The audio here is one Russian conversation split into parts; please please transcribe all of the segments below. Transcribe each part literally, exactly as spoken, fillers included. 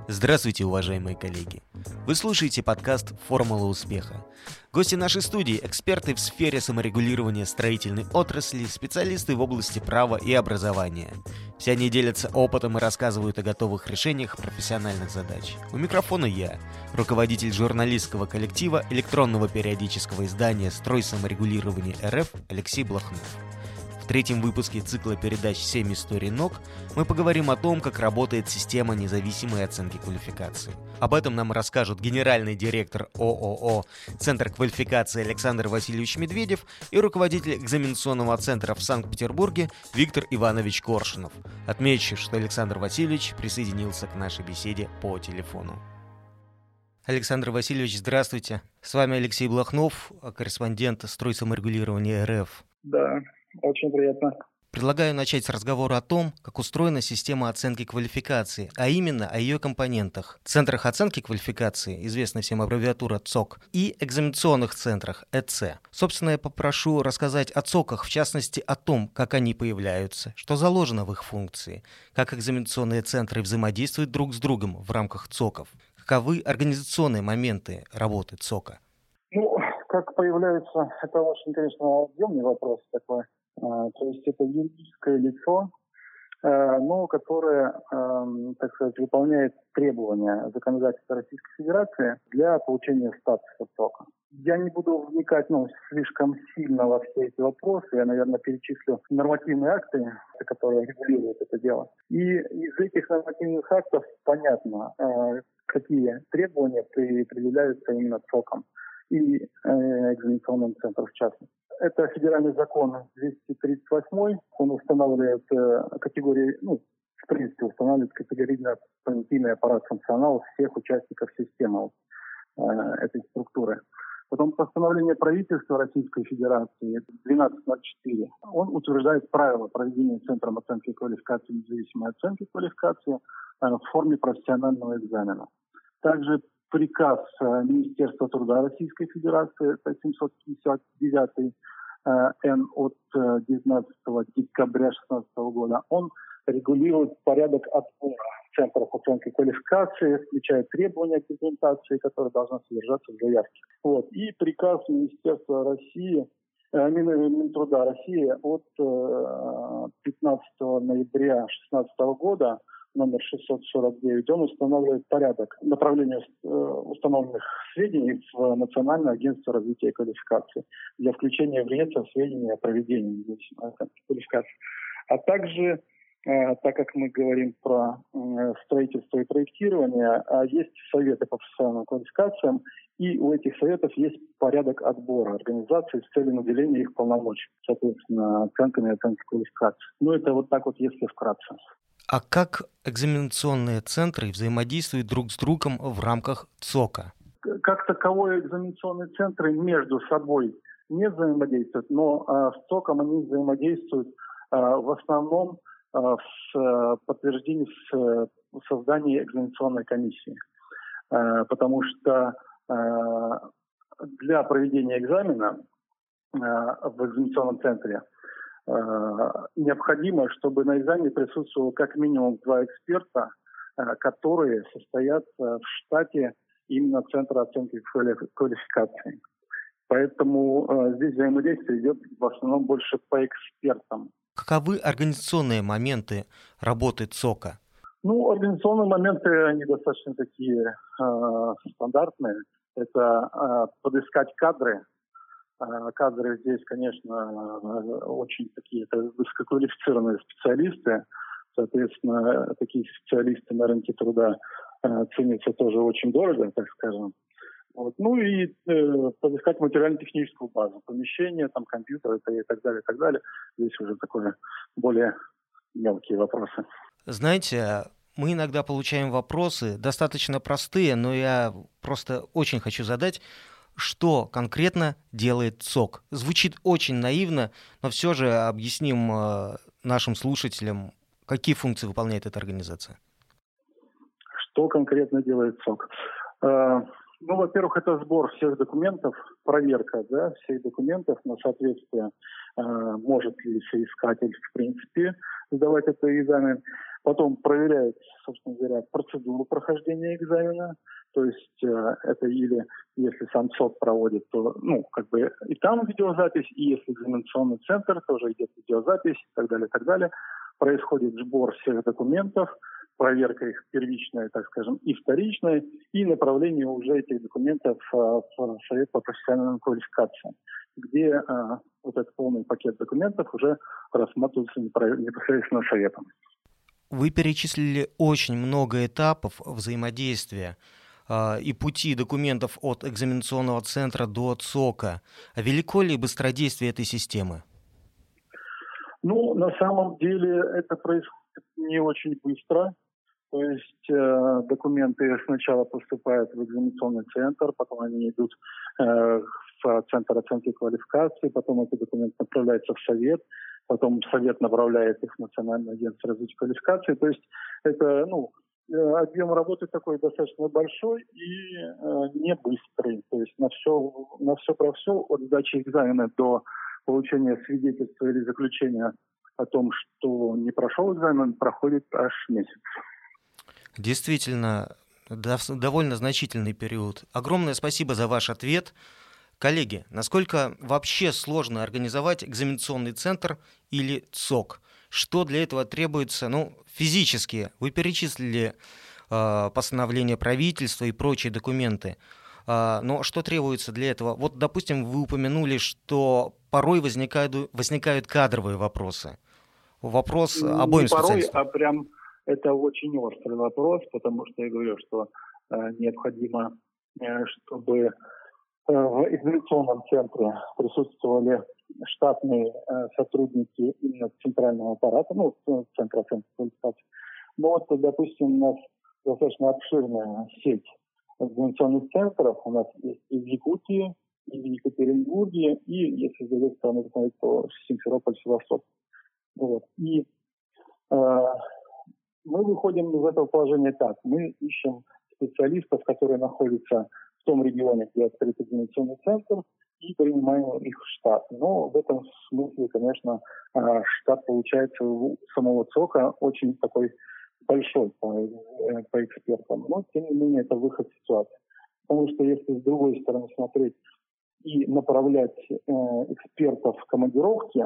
Здравствуйте, уважаемые коллеги! Вы слушаете подкаст «Формула успеха». Гости нашей студии – эксперты в сфере саморегулирования строительной отрасли, специалисты в области права и образования. Все они делятся опытом и рассказывают о готовых решениях профессиональных задач. У микрофона я, руководитель журналистского коллектива электронного периодического издания «Стройсаморегулирование РФ» Алексей Блохнов. В третьем выпуске цикла передач «семь историй НОК» мы поговорим о том, как работает система независимой оценки квалификации. Об этом нам расскажут генеральный директор ООО «Центр квалификации» Александр Васильевич Медведев и руководитель экзаменационного центра в Санкт-Петербурге Виктор Иванович Коршунов. Отмечу, что Александр Васильевич присоединился к нашей беседе по телефону. Александр Васильевич, здравствуйте. С вами Алексей Блохнов, корреспондент «Стройсаморегулирования РФ». Да, очень приятно. Предлагаю начать с разговора о том, как устроена система оценки квалификации, а именно о ее компонентах. Центрах оценки квалификации, известная всем аббревиатура ЦОК, и экзаменационных центрах ЭЦ. Собственно, я попрошу рассказать о ЦОКах, в частности, о том, как они появляются, что заложено в их функции, как экзаменационные центры взаимодействуют друг с другом в рамках ЦОКов, каковы организационные моменты работы ЦОКа. Ну, как появляются, это очень, конечно, объемный вопрос такой. То есть это юридическое лицо, но которое, так сказать, выполняет требования законодательства Российской Федерации для получения статуса ЦОКа. Я не буду вникать ну, слишком сильно во все эти вопросы. Я, наверное, перечислю нормативные акты, которые регулируют это дело. И из этих нормативных актов понятно, какие требования предъявляются именно ЦОКом и экзаменационным центром в частности. Это федеральный закон двести тридцать восемь. Он устанавливает э, категории, ну, в принципе, устанавливает категорийно-понятийный аппарат функционала всех участников системы э, этой структуры. Потом постановление правительства Российской Федерации двенадцать ноль четыре. Он утверждает правила проведения Центром оценки квалификации, независимой оценки квалификации э, в форме профессионального экзамена. Также приказ Министерства труда Российской Федерации, это семьсот пятьдесят девять Н от девятнадцатого декабря две тысячи шестнадцатого года, он регулирует порядок отбора центров оценки квалификации, включая требования к презентации, которые должны содержаться в заявке. Вот. И приказ Министерства России, э, Минтруда России от пятнадцатого ноября две тысячи шестнадцатого года, номер шестьсот сорок девять, он устанавливает порядок направления э, установленных сведений в Национальное агентство развития квалификации для включения в реестр сведений о проведении независимой оценки квалификации. А также, э, так как мы говорим про э, строительство и проектирование, э, есть советы по профессиональным квалификациям, и у этих советов есть порядок отбора организаций с целью наделения их полномочий, соответственно, оценками оценки квалификации. Ну, это вот так вот, если вкратце. А как экзаменационные центры взаимодействуют друг с другом в рамках ЦОКа? Как таковые экзаменационные центры между собой не взаимодействуют, но а, с ЦОКом они взаимодействуют а, в основном а, с подтверждением с, создания экзаменационной комиссии. А, потому что а, для проведения экзамена а, в экзаменационном центре необходимо, чтобы на экзамене присутствовало как минимум два эксперта, которые состоят в штате именно Центра оценки квалификации. Поэтому здесь взаимодействие идет в основном больше по экспертам. Каковы организационные моменты работы ЦОКа? Ну, организационные моменты, они достаточно такие э, стандартные. Это э, подыскать кадры. Кадры здесь, конечно, очень такие высококвалифицированные специалисты. Соответственно, такие специалисты на рынке труда ценятся тоже очень дорого, так скажем. Вот. Ну и э, подыскать материально-техническую базу, помещение, там, компьютер и так далее, и так далее. Здесь уже такое более мелкие вопросы. Знаете, мы иногда получаем вопросы, достаточно простые, но я просто очень хочу задать. Что конкретно делает ЦОК? Звучит очень наивно, но все же объясним э, нашим слушателям, какие функции выполняет эта организация. Что конкретно делает ЦОК? Э, ну, во-первых, это сбор всех документов, проверка да, всех документов на соответствие, э, может ли соискатель, в принципе, сдавать этот экзамен. Потом проверяет, собственно говоря, процедуру прохождения экзамена. То есть э, это или если сам ЦОК проводит, то ну, как бы и там видеозапись, и если экзаменационный центр, тоже идет видеозапись и так далее, и так далее. Происходит сбор всех документов, проверка их первичная, так скажем, и вторичная, и направление уже этих документов в Совет по профессиональной квалификации, где а, вот этот полный пакет документов уже рассматривается непосредственно Советом. Вы перечислили очень много этапов взаимодействия э, и пути документов от экзаменационного центра до ЦОКа. А велико ли быстродействие этой системы? Ну, на самом деле это происходит не очень быстро. То есть э, документы сначала поступают в экзаменационный центр, потом они идут э, в Центр оценки квалификации, потом эти документы направляются в Совет, потом Совет направляет их в Национальное агентство развития квалификации. То есть это, ну, объем работы такой достаточно большой и э, не быстрый. То есть на все, на все про все, от сдачи экзамена до получения свидетельства или заключения о том, что не прошел экзамен, проходит аж месяц. Действительно, довольно значительный период. Огромное спасибо за ваш ответ. Коллеги, насколько вообще сложно организовать экзаменационный центр или ЦОК? Что для этого требуется, ну, физически? Вы перечислили э, постановление правительства и прочие документы. Э, но что требуется для этого? Вот, допустим, вы упомянули, что порой возникают, возникают кадровые вопросы. Вопрос обоим Не порой, специалистам. а прям это очень острый вопрос, потому что я говорю, что э, необходимо, э, чтобы в экзаменационном центре присутствовали штатные э, сотрудники именно центрального аппарата, ну, Центра оценки квалификации. Но вот, допустим, у нас достаточно обширная сеть экзаменационных центров. У нас есть и в Якутии, и в Екатеринбурге, и, если с другой стороны посмотреть, то Симферополь, Севастополь. Вот. И э, мы выходим из этого положения так. Мы ищем специалистов, которые находятся в том регионе, где открыт экзаменационный центр, и принимаем их в штат. Но в этом смысле, конечно, штат получается у самого ЦОКа очень такой большой по, по экспертам. Но, тем не менее, это выход из ситуации. Потому что если с другой стороны смотреть и направлять э, экспертов в командировки,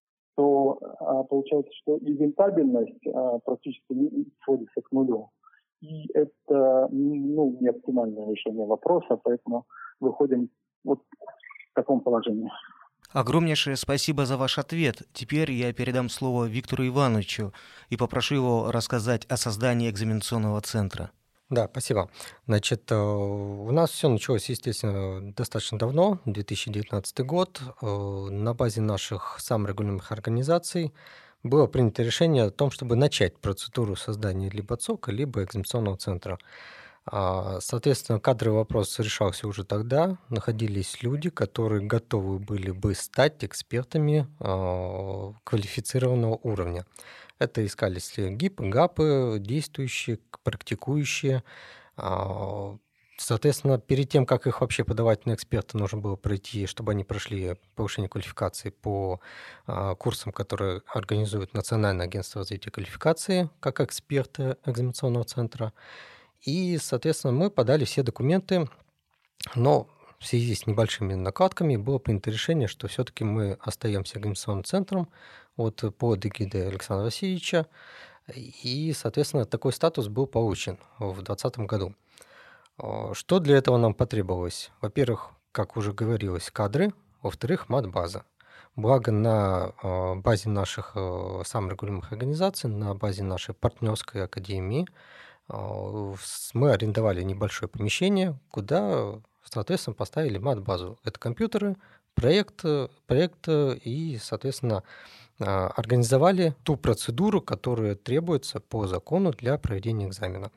то а, получается, что и рентабельность а, практически сводится к нулю. И это, ну, не оптимальное решение вопроса, поэтому выходим вот в таком положении. Огромнейшее спасибо за ваш ответ. Теперь я передам слово Виктору Ивановичу и попрошу его рассказать о создании экзаменационного центра. Да, спасибо. Значит, у нас все началось, естественно, достаточно давно, две тысячи девятнадцатый год. На базе наших саморегулируемых организаций было принято решение о том, чтобы начать процедуру создания либо ЦОКа, либо экзаменационного центра. Соответственно, кадровый вопрос решался уже тогда. Находились люди, которые готовы были бы стать экспертами квалифицированного уровня. Это искались ГИПы, ГАПы, действующие, практикующие. Соответственно, перед тем, как их вообще подавать на эксперта, нужно было пройти, чтобы они прошли повышение квалификации по курсам, которые организует Национальное агентство развития квалификации, как эксперты экзаменационного центра. И, соответственно, мы подали все документы, но в связи с небольшими накладками было принято решение, что все-таки мы остаемся экзаменационным центром вот, под эгидой Александра Васильевича, и, соответственно, такой статус был получен в двадцатом году. Что для этого нам потребовалось? Во-первых, как уже говорилось, кадры, во-вторых, мат-база. Благо на базе наших саморегулируемых организаций, на базе нашей партнерской академии мы арендовали небольшое помещение, куда, соответственно, поставили мат-базу. Это компьютеры, проект, проект и, соответственно, организовали ту процедуру, которая требуется по закону для проведения экзамена.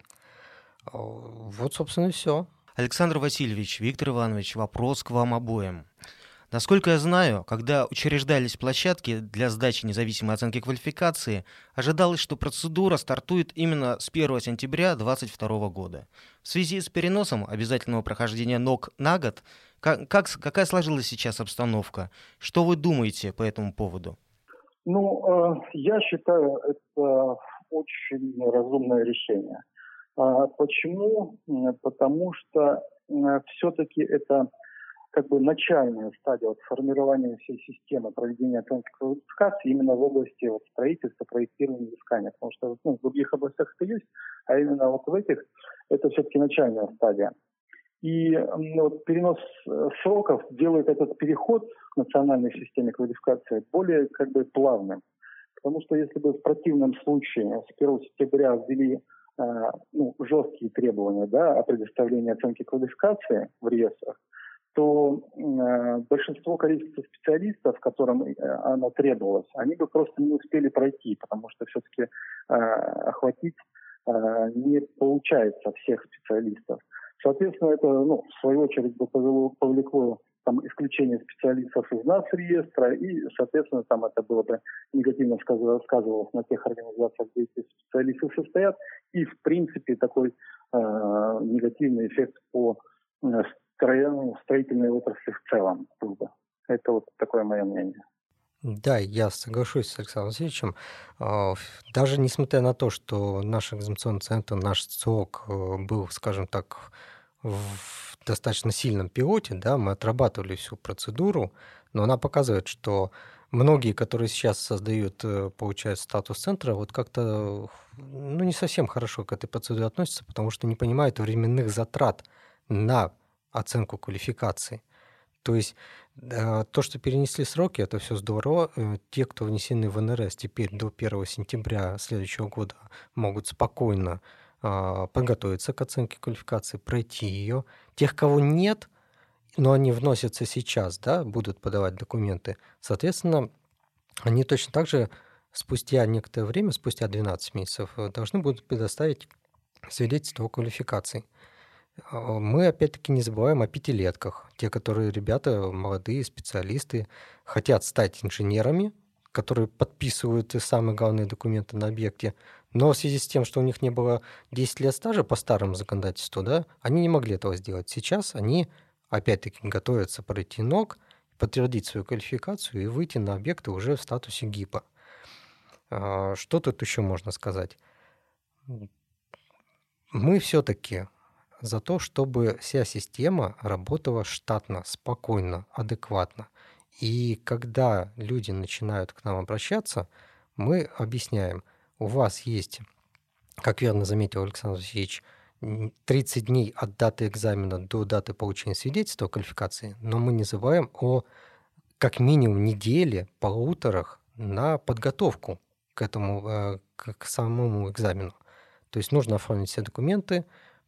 Вот, собственно, и все. Александр Васильевич, Виктор Иванович, вопрос к вам обоим. Насколько я знаю, когда учреждались площадки для сдачи независимой оценки квалификации, ожидалось, что процедура стартует именно с первого сентября две тысячи двадцать второго года. В связи с переносом обязательного прохождения НОК на год, как, как, какая сложилась сейчас обстановка? Что вы думаете по этому поводу? Ну, э, я считаю, это очень разумное решение. Почему? Потому что все-таки это как бы начальная стадия вот, формирования всей системы проведения оценки квалификации именно в области вот, строительства, проектирования, изыскания. Потому что ну, в других областях это есть, а именно вот в этих это все-таки начальная стадия. И ну, вот, перенос сроков делает этот переход к национальной системе квалификации более как бы плавным. Потому что если бы в противном случае с первого сентября ввели э, ну, жесткие требования да, о предоставлении оценки квалификации в реестрах, то э, большинство количества специалистов, которым э, она требовалась, они бы просто не успели пройти, потому что все-таки э, охватить э, не получается всех специалистов. Соответственно, это, ну, в свою очередь, бы повело, повлекло там, исключение специалистов из нас реестра, и, соответственно, там это было бы негативно сказывалось на тех организациях, где эти специалисты состоят, и, в принципе, такой э, негативный эффект по э, строительной отрасли в целом был бы. Это вот такое мое мнение. Да, я соглашусь с Александром Васильевичем. Даже несмотря на то, что наш экзаменационный центр, наш ЦОК был, скажем так, в достаточно сильном пилоте, да, мы отрабатывали всю процедуру, но она показывает, что многие, которые сейчас создают, получается, статус центра, вот как-то ну, не совсем хорошо к этой процедуре относятся, потому что не понимают временных затрат на оценку квалификации. То есть то, что перенесли сроки, это все здорово. Те, кто внесены в эн эр эс, теперь до первого сентября следующего года могут спокойно подготовиться к оценке квалификации, пройти ее. Тех, кого нет, но они вносятся сейчас, да, будут подавать документы, соответственно, они точно так же спустя некоторое время, спустя двенадцать месяцев, должны будут предоставить свидетельство о квалификации. Мы, опять-таки, не забываем о пятилетках. Те, которые ребята, молодые специалисты, хотят стать инженерами, которые подписывают самые главные документы на объекте, но в связи с тем, что у них не было десять лет стажа по старому законодательству, да, они не могли этого сделать. Сейчас они, опять-таки, готовятся пройти НОК, подтвердить свою квалификацию и выйти на объекты уже в статусе ГИПа. Что тут еще можно сказать? Мы все-таки за то, чтобы вся система работала штатно, спокойно, адекватно. И когда люди начинают к нам обращаться, мы объясняем, у вас есть, как верно заметил Александр Васильевич, тридцать дней от даты экзамена до даты получения свидетельства о квалификации, но мы не забываем о как минимум неделе, полуторах на подготовку к этому, к самому экзамену. То есть нужно оформить все документы,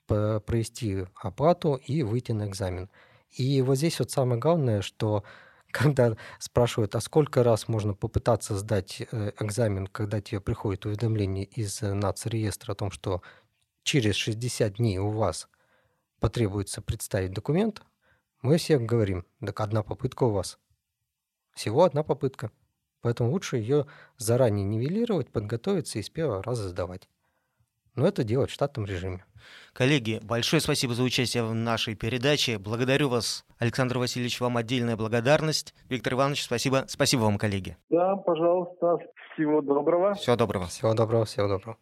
провести оплату и выйти на экзамен. И вот здесь вот самое главное, что когда спрашивают, а сколько раз можно попытаться сдать экзамен, когда тебе приходит уведомление из нацреестра о том, что через шестьдесят дней у вас потребуется представить документ, мы всем говорим, так одна попытка у вас. Всего одна попытка. Поэтому лучше ее заранее нивелировать, подготовиться и с первого раза сдавать. Но это делать в штатном режиме. Коллеги, большое спасибо за участие в нашей передаче. Благодарю вас, Александр Васильевич, вам отдельная благодарность. Виктор Иванович, спасибо. Спасибо вам, коллеги. Да, пожалуйста. Всего доброго. Всего доброго. Всего доброго, всего доброго.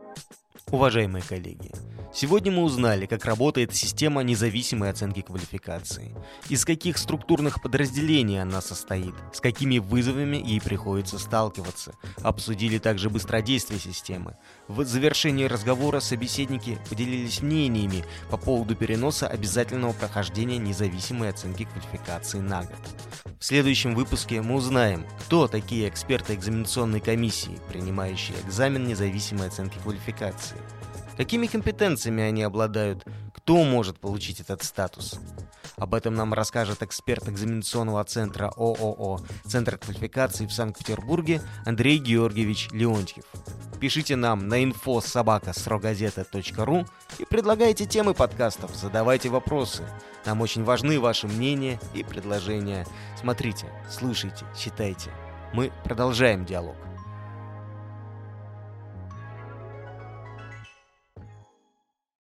Уважаемые коллеги, сегодня мы узнали, как работает система независимой оценки квалификации, из каких структурных подразделений она состоит, с какими вызовами ей приходится сталкиваться, обсудили также быстродействие системы. В завершении разговора собеседники поделились мнениями по поводу переноса обязательного прохождения независимой оценки квалификации на год. В следующем выпуске мы узнаем, кто такие эксперты экзаменационной комиссии, принимающие экзамен независимой оценки квалификации. Какими компетенциями они обладают? Кто может получить этот статус? Об этом нам расскажет эксперт экзаменационного центра ООО «Центр квалификации» в Санкт-Петербурге Андрей Георгиевич Леонтьев. Пишите нам на инфо собака срогазета точка ру и предлагайте темы подкастов, задавайте вопросы. Нам очень важны ваши мнения и предложения. Смотрите, слушайте, читайте. Мы продолжаем диалог.